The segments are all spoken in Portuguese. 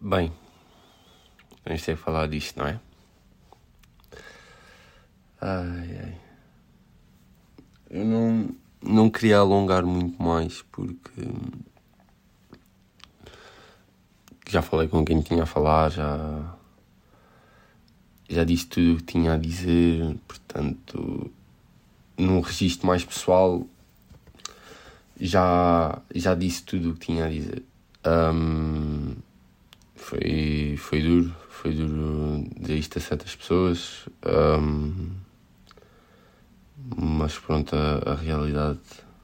Bem, vamos ter que falar disto, não é? Ai. Eu não queria alongar muito mais porque já falei com quem tinha a falar, já disse tudo o que tinha a dizer, portanto, num registro mais pessoal, já disse tudo o que tinha a dizer. Foi duro dizer isto a certas pessoas, mas pronto, a realidade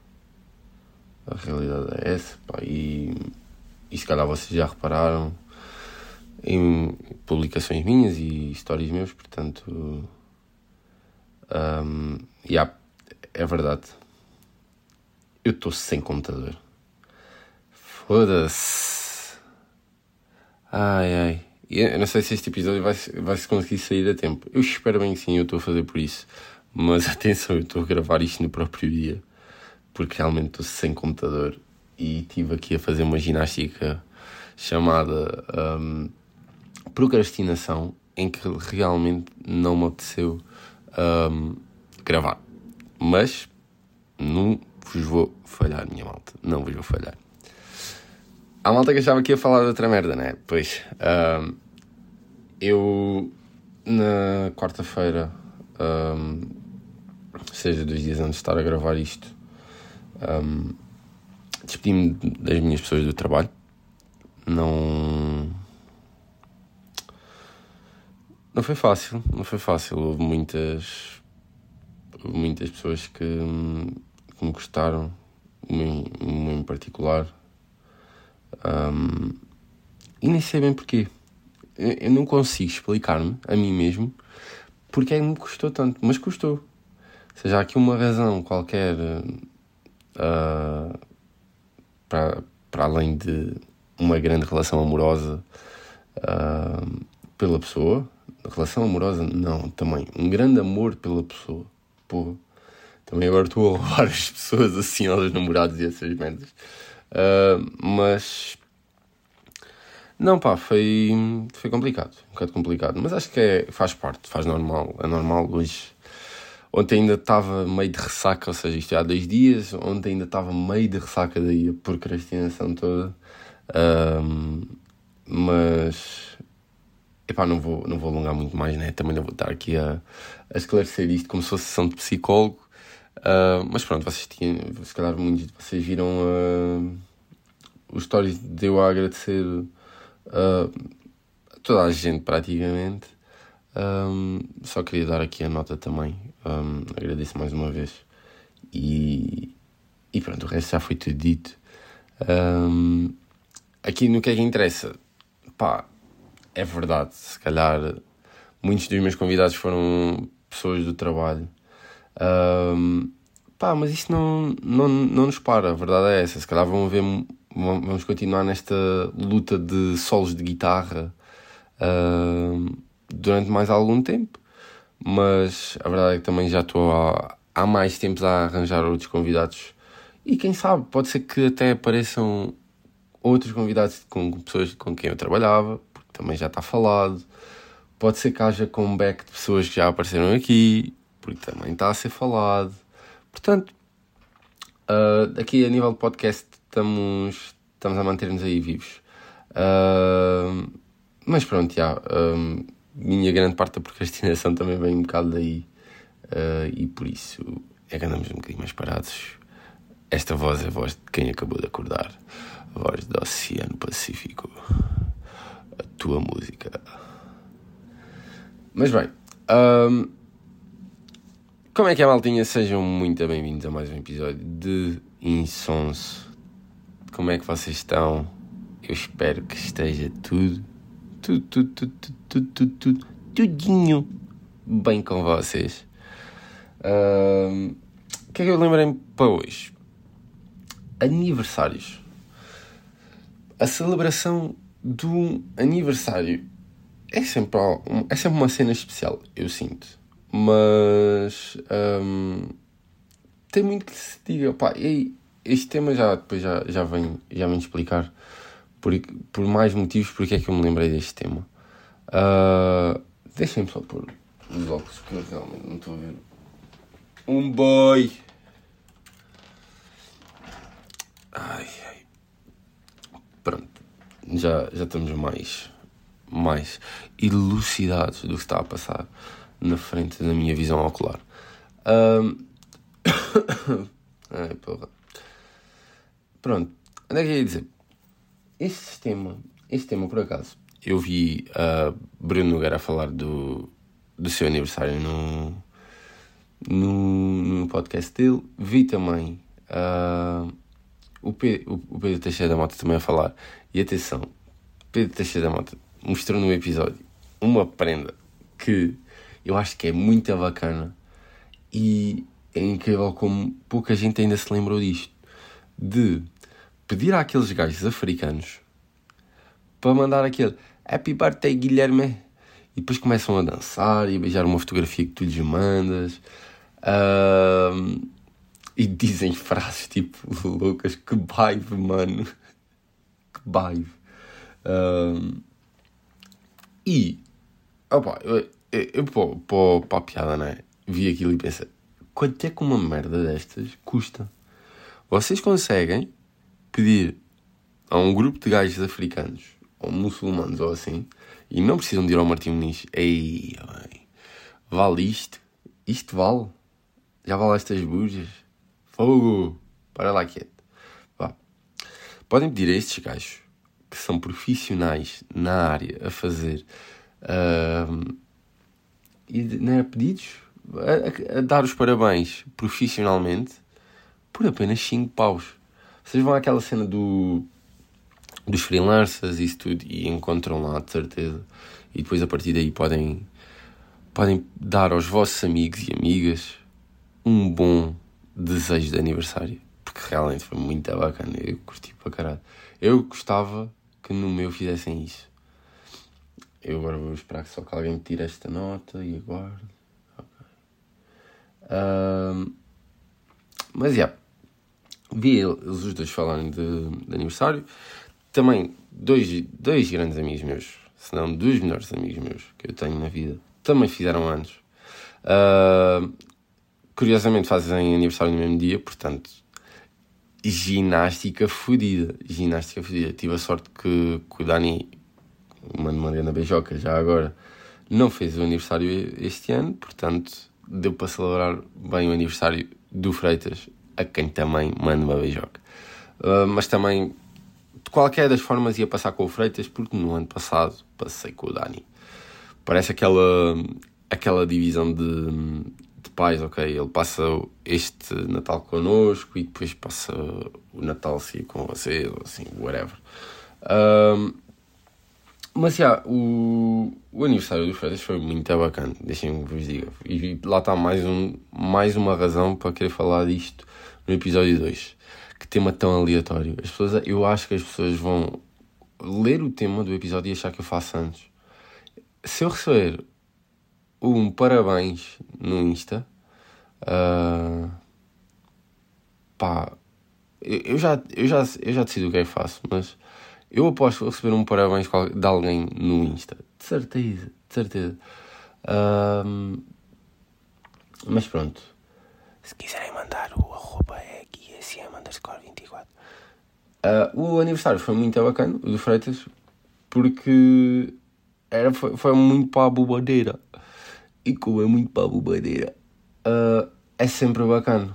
é essa, pá, e se calhar vocês já repararam em publicações minhas e histórias meus, portanto, é verdade, eu estou sem computador, foda-se, eu não sei se este episódio vai se conseguir sair a tempo, eu espero bem que sim, eu estou a fazer por isso, mas atenção, eu estou a gravar isto no próprio dia, porque realmente estou sem computador e estive aqui a fazer uma ginástica chamada procrastinação, em que realmente não me apeteceu gravar. Mas não vos vou falhar, minha malta. Não vos vou falhar. Há malta que achava que ia falar de outra merda, né? Pois, eu na quarta-feira, ou seja, 2 dias antes de estar a gravar isto, despedi-me das minhas pessoas do trabalho. Não foi fácil. Houve muitas pessoas que me gostaram, uma em particular, e nem sei bem porquê. Eu não consigo explicar-me a mim mesmo porque é que me custou tanto, mas custou. Ou seja, há aqui uma razão qualquer para além de uma grande relação amorosa pela pessoa. Relação amorosa, não, também. Um grande amor pela pessoa. Porra. Também agora estou a roubar as pessoas assim aos namorados e essas merdas. Mas... Não, pá, foi complicado. Um bocado complicado. Mas acho que faz parte, é normal hoje. Ontem ainda estava meio de ressaca, ou seja, isto há 2 dias. Ontem ainda estava meio de ressaca daí a procrastinação toda. Mas... Epá, não vou alongar muito mais, né? Também não vou estar aqui a esclarecer isto como se fosse sessão de psicólogo. Mas pronto, se calhar muitos de vocês viram os stories de eu a agradecer a toda a gente praticamente. Só queria dar aqui a nota também. Agradeço mais uma vez. E pronto, o resto já foi tudo dito. Aqui no que é que interessa? Pá, é verdade, se calhar muitos dos meus convidados foram pessoas do trabalho. Mas isso não nos para, a verdade é essa. Se calhar vamos continuar nesta luta de solos de guitarra durante mais algum tempo. Mas a verdade é que também já estou há mais tempos a arranjar outros convidados. E quem sabe, pode ser que até apareçam outros convidados com pessoas com quem eu trabalhava, porque também já está falado. Pode ser que haja comeback de pessoas que já apareceram aqui, porque também está a ser falado. Portanto, aqui a nível de podcast estamos a manter-nos aí vivos. Mas pronto, minha grande parte da procrastinação também vem um bocado daí. E por isso é que andamos um bocadinho mais parados. Esta voz é a voz de quem acabou de acordar. A voz do Oceano Pacífico. A tua música. Mas bem, como é que é, maltinha? Sejam muito bem-vindos a mais um episódio de Insonso. Como é que vocês estão? Eu espero que esteja tudinho bem com vocês. O que é que eu lembrei para hoje? Aniversários. A celebração do aniversário é sempre uma cena especial, eu sinto. Mas tem muito que se diga. Pá, e este tema depois já venho explicar por mais motivos, porque é que eu me lembrei deste tema. Deixem-me só pôr os óculos, que eu realmente não estou a ver. Um boy! Ai. Pronto. Já estamos mais elucidados do que está a passar na frente da minha visão ocular. Ai, porra. Pronto. Onde é que eu ia dizer? Este tema, por acaso, eu vi Bruno Nogueira a falar do seu aniversário no podcast dele. Vi também o Pedro Teixeira da Mota também a falar. E atenção, Pedro Teixeira da Mota mostrou no episódio uma prenda que eu acho que é muito bacana e é incrível como pouca gente ainda se lembrou disto. De pedir àqueles gajos africanos para mandar aquele Happy Birthday, Guilherme. E depois começam a dançar e a beijar uma fotografia que tu lhes mandas. E dizem frases tipo loucas. Que vibe, mano. Que vibe. Eu para a piada, não é? Vi aquilo e pensei, quanto é que uma merda destas custa? Vocês conseguem pedir a um grupo de gajos africanos ou muçulmanos ou assim, e não precisam de ir ao Martim Moniz. Ei, bem, vale isto? Isto vale? Já vale estas bujas? Fogo! Para lá quieto. Vá. Podem pedir a estes gajos, que são profissionais na área, a fazer e não é pedidos, a dar os parabéns profissionalmente por apenas 5 paus. Vocês vão àquela cena dos freelancers e isso tudo e encontram lá, de certeza. E depois a partir daí podem dar aos vossos amigos e amigas um bom desejo de aniversário. Porque realmente foi muito bacana. Eu curti para caralho. Eu gostava que no meu fizessem isso. Eu agora vou esperar que só que alguém me tire esta nota e aguardo. Ok. Mas vi eles os dois falarem de aniversário. Também dois grandes amigos meus, se não dos melhores amigos meus que eu tenho na vida, também fizeram anos. Curiosamente fazem aniversário no mesmo dia, portanto, ginástica fodida. Tive a sorte que o Dani, uma grande beijoca já agora, não fez o aniversário este ano, portanto, deu para celebrar bem o aniversário do Freitas, a quem também mando uma beijoca. Mas também, de qualquer das formas, ia passar com o Freitas, porque no ano passado passei com o Dani. Parece aquela divisão de pais, ok? Ele passa este Natal connosco e depois passa o Natal assim com vocês, ou assim, whatever. Mas o aniversário do Freitas foi muito bacana, deixem-me vos dizer. E lá está mais uma razão para querer falar disto no episódio 2. Que tema tão aleatório. Eu acho que as pessoas vão ler o tema do episódio e achar que eu faço antes. Se eu receber um parabéns no Insta, eu já decidi o que é que faço, mas eu aposto receber um parabéns de alguém no Insta. De certeza. Mas pronto. Se quiserem mandar o arroba é guiacm_24. O aniversário foi muito bacana, o do Freitas, porque foi muito para a bobadeira. E como é muito para a bobadeira, é sempre bacana.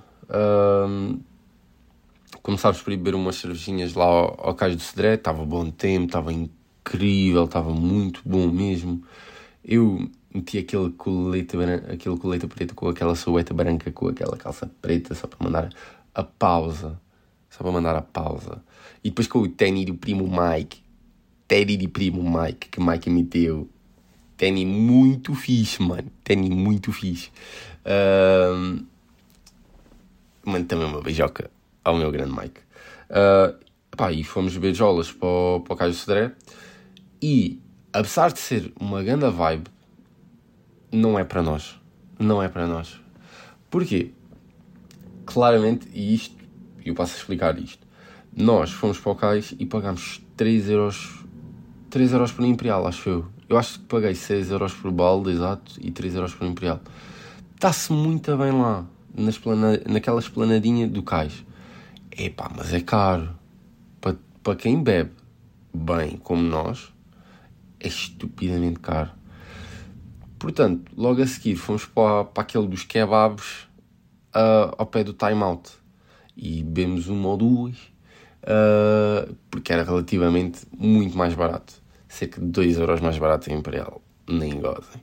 Começámos por ir beber umas cervejinhas lá ao Cais do Cedré. Estava bom tempo, estava incrível, estava muito bom mesmo. Eu meti aquele colete preto com aquela sueta branca, com aquela calça preta, só para mandar a pausa. E depois com o ténis do primo Mike. Que Mike meteu. Ténis muito fixe, mano. Mano, também uma beijoca ao meu grande Mike. E fomos beijolas para o Cais do Cedré. E, apesar de ser uma grande vibe, não é para nós. Porquê? Claramente, e eu passo a explicar isto. Nós fomos para o Cais e pagámos 3€ por Imperial, acho eu. Eu acho que paguei 6€ por balde, exato, e 3€ por Imperial. Está-se muito bem lá, naquela esplanadinha do cais. Epá, mas é caro. Para quem bebe bem, como nós, é estupidamente caro. Portanto, logo a seguir fomos para aquele dos kebabs ao pé do Time Out. E bebemos uma ou duas, porque era relativamente muito mais barato. Cerca de 2€ mais barato em Imperial. Nem gozem.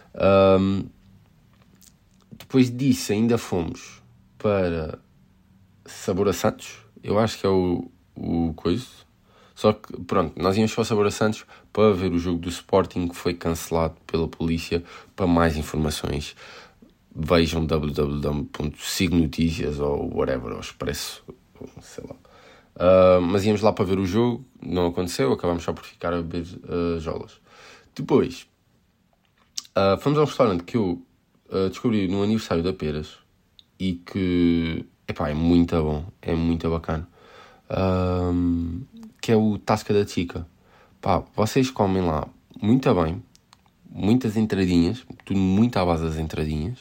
Depois disso ainda fomos para Sabor a Santos. Eu acho que é o coisa. Só que, pronto, nós íamos para o Sabor a Santos para ver o jogo do Sporting que foi cancelado pela polícia. Para mais informações, vejam www.signoticias ou whatever, ou Expresso, sei lá. Mas íamos lá para ver o jogo, não aconteceu, acabámos só por ficar a beber jolas. Depois, fomos a um restaurante que eu descobri no aniversário da Peras e que, epá, é muito bom, é muito bacana. Que é o Tasca da Chica. Pá, vocês comem lá muito bem, muitas entradinhas, tudo muito à base das entradinhas.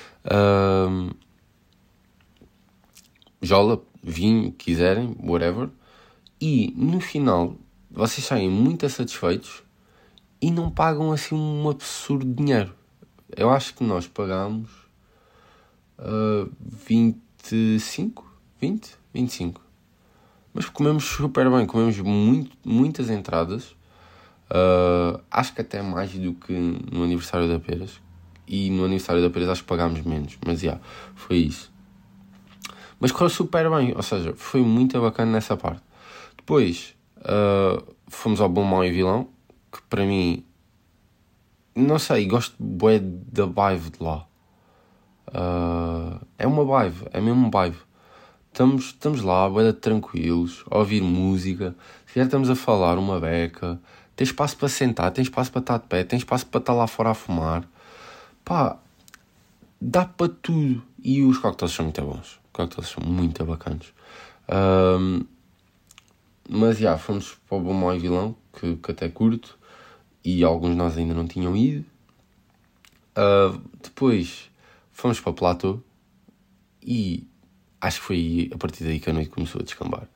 Jola, vinho, quiserem, whatever. E no final, vocês saem muito satisfeitos e não pagam assim um absurdo dinheiro. Eu acho que nós pagámos 25. Mas comemos super bem, comemos muitas entradas. Acho que até mais do que no aniversário da Peras. E no aniversário da Peras acho que pagámos menos. Mas foi isso. Mas correu super bem, ou seja, foi muito bacana nessa parte. Depois fomos ao Bom, Mau e Vilão, que para mim, não sei, gosto bué da vibe de lá. É uma vibe, é mesmo uma vibe. Estamos lá, bué tranquilos, a ouvir música. Se calhar estamos a falar uma beca. Tem espaço para sentar, tem espaço para estar de pé, tem espaço para estar lá fora a fumar. Pá, dá para tudo. E os coquetéis são muito bons. Os coquetéis são muito bacanas. Mas fomos para o Bom, Mau e Vilão, que até curto. E alguns de nós ainda não tinham ido. Depois fomos para Platô. E acho que foi a partir daí que a noite começou a descambar.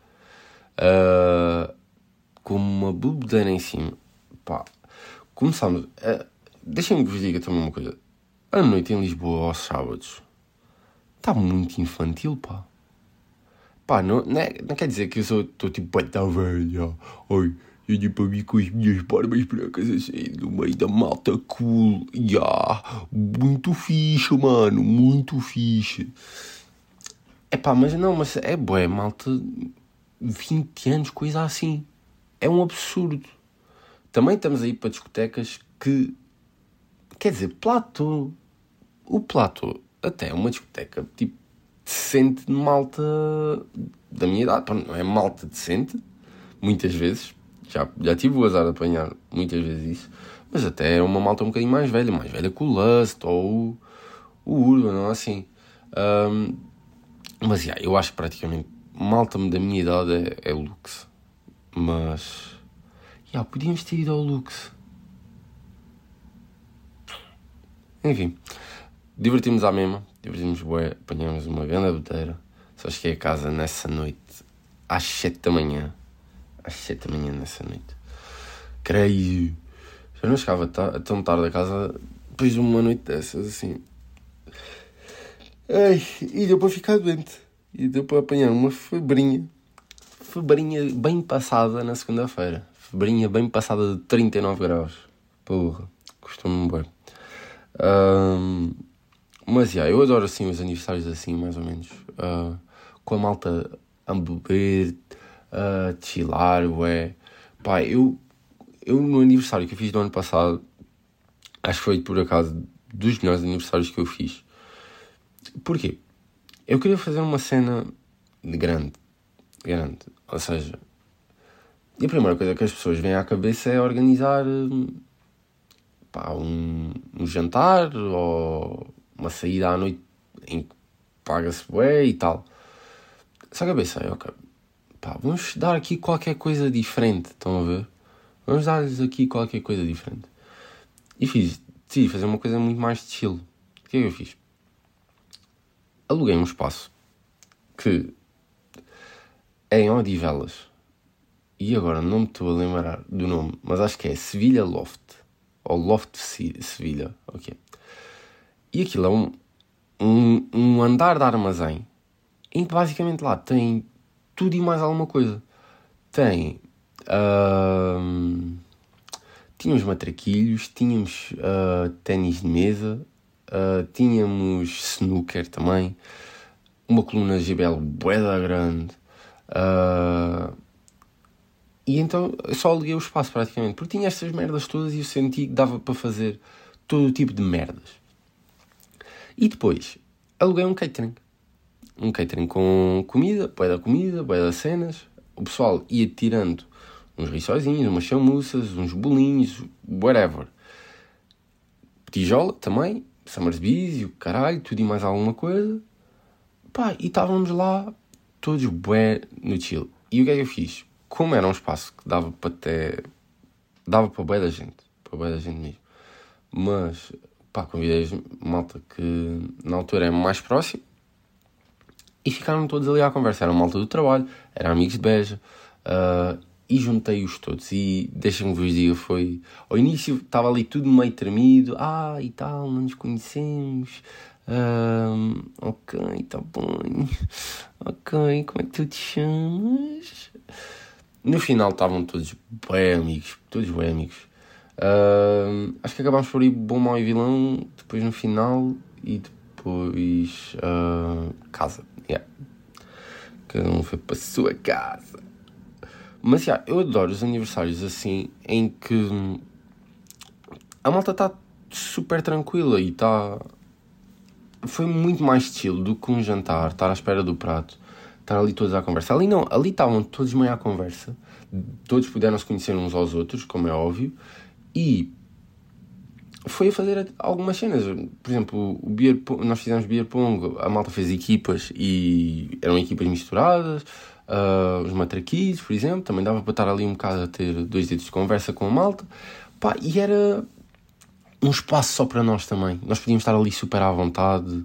Com uma bebedeira em cima. Pá, começámos. Deixem-me que vos diga também uma coisa. A noite em Lisboa, aos sábados, está muito infantil, pá. Pá, não quer dizer que eu estou tipo pata velha. Oi, eu dei para mim com as minhas barbas brancas assim, no meio da malta cool. Muito fixe, mano, muito fixe. Pá, mas é bué, malta, 20 anos, coisa assim. É um absurdo. Também estamos aí para discotecas que, quer dizer, Platô. O Platô até é uma discoteca, tipo, decente de malta da minha idade. Pá, não é malta decente, muitas vezes. Já tive o azar de apanhar muitas vezes isso. Mas até é uma malta um bocadinho mais velha que o Lust ou o Urban, não é assim. Mas eu acho que praticamente malta da minha idade é Lux. Mas podíamos ter ido ao Lux. Enfim, divertimos à mesma. Divertimos bué, apanhamos uma grande bebedeira. Só cheguei a casa nessa noite às 7 da manhã. Às 7 da manhã nessa noite. Creio. Já não chegava tão tarde a casa depois de uma noite dessas, assim. E deu para ficar doente. E deu para apanhar uma febrinha. Febrinha bem passada na segunda-feira. Febrinha bem passada de 39 graus. Porra, custou-me bem. Mas eu adoro assim os aniversários assim, mais ou menos. Com a malta a beber, a chilar, ué. Pá, eu no aniversário que eu fiz do ano passado, acho que foi por acaso dos melhores aniversários que eu fiz. Porquê? Eu queria fazer uma cena grande. Ou seja, a primeira coisa que as pessoas vêm à cabeça é organizar um jantar ou uma saída à noite em que paga-se bué e tal. Só que eu pensei, ok, pá, vamos dar aqui qualquer coisa diferente, estão a ver? Vamos dar-lhes aqui qualquer coisa diferente. E decidi fazer uma coisa muito mais de chill. O que é que eu fiz? Aluguei um espaço que é em Odivelas. E agora não me estou a lembrar do nome, mas acho que é Sevilha Loft. Ou Loft Sevilha. Ok. E aquilo é um andar de armazém em que basicamente lá tem tudo e mais alguma coisa. Tínhamos matraquilhos, tínhamos ténis de mesa, tínhamos snooker também, uma coluna de JBL bué da grande. E então eu só aluguei o espaço praticamente, porque tinha estas merdas todas e eu senti que dava para fazer todo o tipo de merdas. E depois aluguei um catering. Um catering com comida, bué da cenas. O pessoal ia tirando uns rissóizinhos, umas chamuças, uns bolinhos, whatever. Tijola também, Summersbees e o caralho, tudo e mais alguma coisa. Pá, e estávamos lá todos bué no chill. E o que é que eu fiz? Como era um espaço que dava para bué da gente mesmo. Mas, pá, convidei malta que na altura é mais próximo e ficaram todos ali à conversa. Era malta do trabalho, eram amigos de Beja, e juntei-os todos. E deixem-me vos dizer, foi... Ao início estava ali tudo meio tremido, e tal, não nos conhecemos... ok, tá bom. Ok, como é que tu te chamas? No final estavam todos bem amigos. Acho que acabámos por ir bom, mau e vilão. Depois no final. E depois casa. Yeah. Cada um foi para a sua casa. Mas eu adoro os aniversários assim, em que a malta está super tranquila e está... Foi muito mais estilo do que um jantar, estar à espera do prato, estar ali todos à conversa. Ali não, ali estavam todos meio à conversa, todos puderam se conhecer uns aos outros, como é óbvio, e foi a fazer algumas cenas. Por exemplo, nós fizemos beer pong, a malta fez equipas e eram equipas misturadas. Os matraquilhos, por exemplo, também dava para estar ali um bocado a ter 2 dedos de conversa com a malta. Pá, e era um espaço só para nós também. Nós podíamos estar ali super à vontade.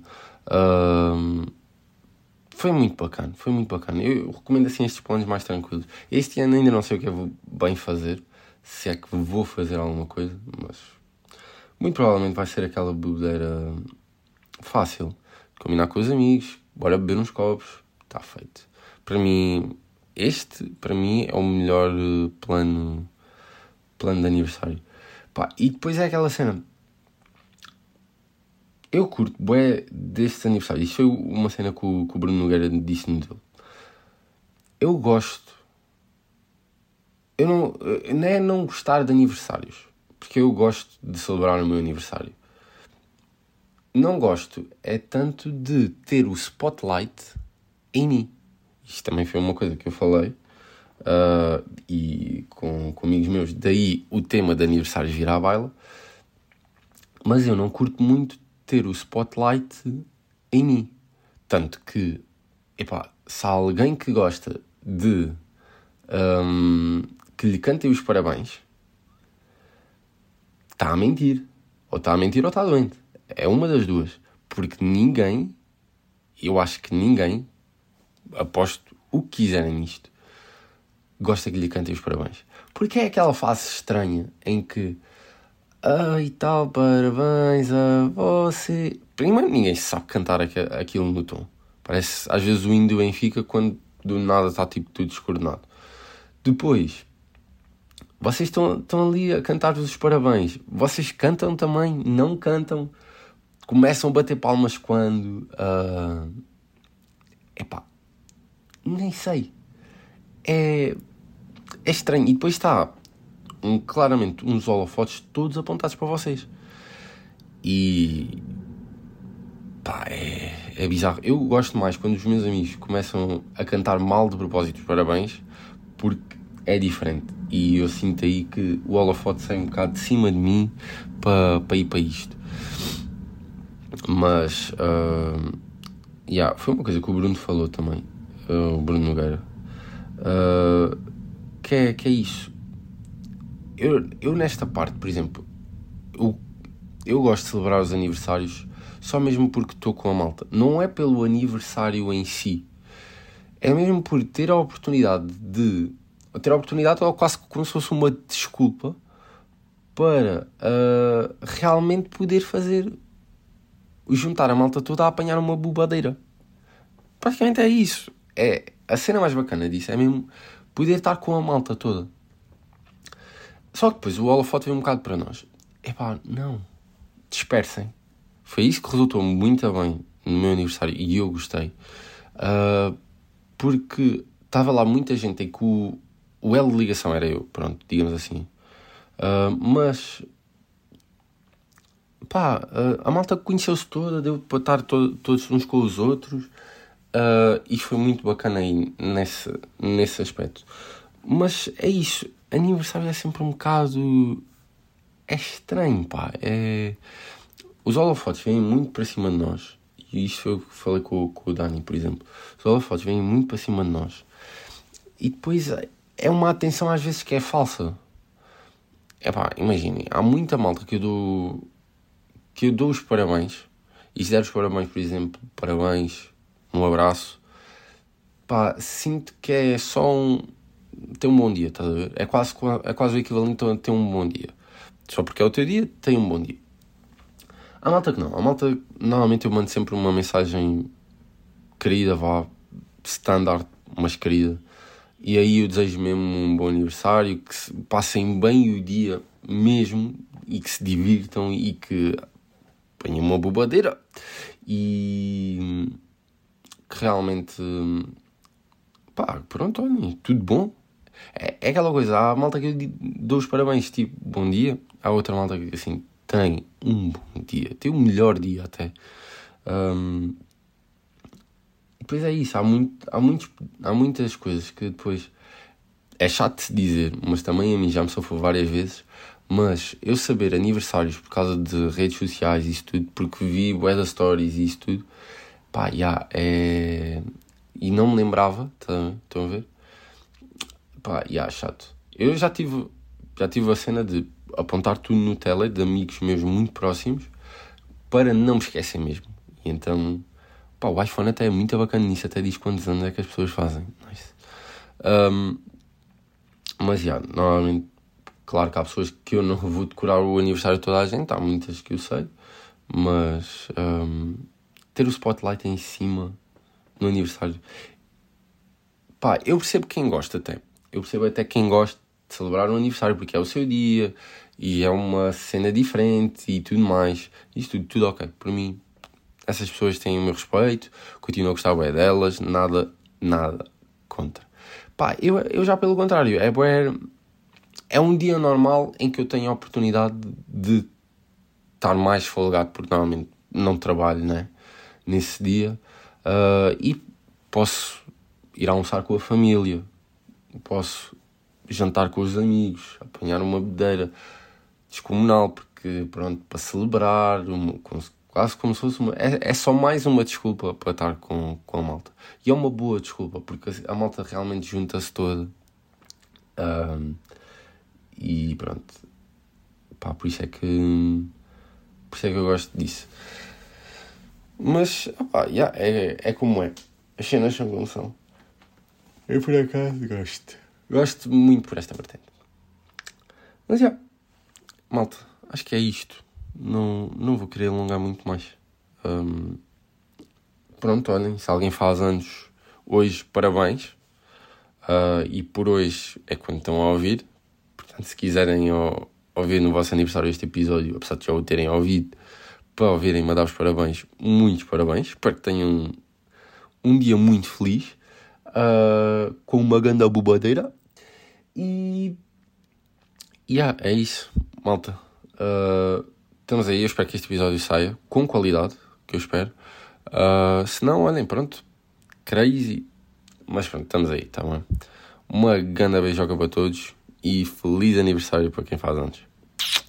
Foi muito bacana. Eu recomendo assim estes planos mais tranquilos. Este ano ainda não sei o que eu vou bem fazer, se é que vou fazer alguma coisa, mas muito provavelmente vai ser aquela bebedeira fácil. Combinar com os amigos, bora beber uns copos, está feito. Para mim é o melhor plano de aniversário. Pá, e depois é aquela cena. Eu curto bué destes aniversários. Isto foi uma cena que o Bruno Nogueira disse-me dele. Eu gosto. Não é não gostar de aniversários, porque eu gosto de celebrar o meu aniversário. Não gosto é tanto de ter o spotlight em mim. Isto também foi uma coisa que eu falei, e com amigos meus, daí o tema de aniversários vir à baila. Mas eu não curto muito ter o spotlight em mim. Tanto que, se há alguém que gosta de que lhe cantem os parabéns, está a mentir. Ou está a mentir ou está doente. É uma das duas. Porque eu acho que ninguém, aposto o que quiserem nisto, gosta que lhe cantem os parabéns. Porque é aquela fase estranha em que e tal, parabéns a você. Primeiro, ninguém sabe cantar aquilo no tom. Parece às vezes o hino do Benfica quando do nada está tipo tudo descoordenado. Depois, vocês estão ali a cantar-vos os parabéns. Vocês cantam também? Não cantam? Começam a bater palmas quando? Nem sei. É estranho. E depois está claramente uns holofotes todos apontados para vocês. E é bizarro. Eu gosto mais quando os meus amigos começam a cantar mal de propósito os parabéns, porque é diferente. E eu sinto aí que o holofote sai um bocado de cima de mim para ir para isto. Mas foi uma coisa que o Bruno falou também, o Bruno Nogueira. Que é isso. Eu nesta parte, por exemplo, eu gosto de celebrar os aniversários só mesmo porque estou com a malta. Não é pelo aniversário em si. É mesmo por ter a oportunidade ou quase como se fosse uma desculpa para realmente poder juntar a malta toda a apanhar uma bobadeira. Praticamente é isso. A cena mais bacana disso é mesmo poder estar com a malta toda. Só que depois o holofote veio um bocado para nós. Não. Dispersem. Foi isso que resultou muito bem no meu aniversário e eu gostei. Porque estava lá muita gente em que o elo de ligação era eu, pronto, digamos assim. Mas a malta conheceu-se toda, deu para estar todos uns com os outros. E foi muito bacana aí nesse aspecto. Mas é isso. Aniversário é sempre um bocado... É estranho, pá. Os holofotes vêm muito para cima de nós. E isto foi o que falei com o Dani, por exemplo. Os holofotes vêm muito para cima de nós. E depois é uma atenção às vezes que é falsa. Imaginem, há muita malta que eu dou os parabéns. E se der os parabéns, por exemplo, parabéns, um abraço. Sinto que é só ter um bom dia, estás a ver? É quase o equivalente a ter um bom dia. Só porque é o teu dia, tem um bom dia. Há malta que não. Há malta, normalmente eu mando sempre uma mensagem querida, standard, mas querida. E aí eu desejo mesmo um bom aniversário, que passem bem o dia mesmo, e que se divirtam, e que apanhem uma bobadeira. E que realmente... pronto, olhem, tudo bom. É aquela coisa, há malta que eu dou os parabéns, tipo, bom dia. Há outra malta que, assim, tem um bom dia, tem o melhor dia até. Depois é isso, há muitas coisas que depois é chato de se dizer, mas também a mim já me sofreu várias vezes. Mas eu saber aniversários por causa de redes sociais e isso tudo, porque vi bué das stories e isso tudo, e não me lembrava, estão a ver? Chato. Eu já tive a cena de apontar tudo no tele de amigos meus muito próximos para não me esquecer mesmo. E então, o iPhone até é muito bacana nisso, até diz quantos anos é que as pessoas fazem. Nice. Mas normalmente, claro que há pessoas que eu não vou decorar o aniversário de toda a gente, há muitas que eu sei, mas ter o spotlight em cima no aniversário, eu percebo quem gosta até. Eu percebo até quem gosta de celebrar um aniversário, porque é o seu dia e é uma cena diferente e tudo mais. Isto tudo ok. Por mim, essas pessoas têm o meu respeito, continuo a gostar bem delas, nada contra. Eu já pelo contrário, é um dia normal em que eu tenho a oportunidade de estar mais folgado, porque normalmente não trabalho, né, nesse dia, e posso ir almoçar com a família, posso jantar com os amigos, apanhar uma bebedeira descomunal, porque pronto, para celebrar, quase como se fosse é só mais uma desculpa para estar com a malta. E é uma boa desculpa, porque a malta realmente junta-se toda. E pronto, por isso é que eu gosto disso. Mas, é como é. As cenas são como são. Eu por acaso gosto muito por esta vertente. Mas malta, acho que é isto. Não vou querer alongar muito mais. Pronto, olhem, se alguém faz anos hoje, parabéns. E por hoje é quando estão a ouvir. Portanto, se quiserem ouvir no vosso aniversário este episódio, apesar de já o terem ouvido, para ouvirem-me a dar os parabéns, muitos parabéns. Espero que tenham um dia muito feliz, com uma grande bobadeira. E é isso, malta. Estamos aí, eu espero que este episódio saia com qualidade, que eu espero. Se não, olhem, pronto, crazy. Mas pronto, estamos aí, tá bom? Uma grande beijoca para todos e feliz aniversário para quem faz anos.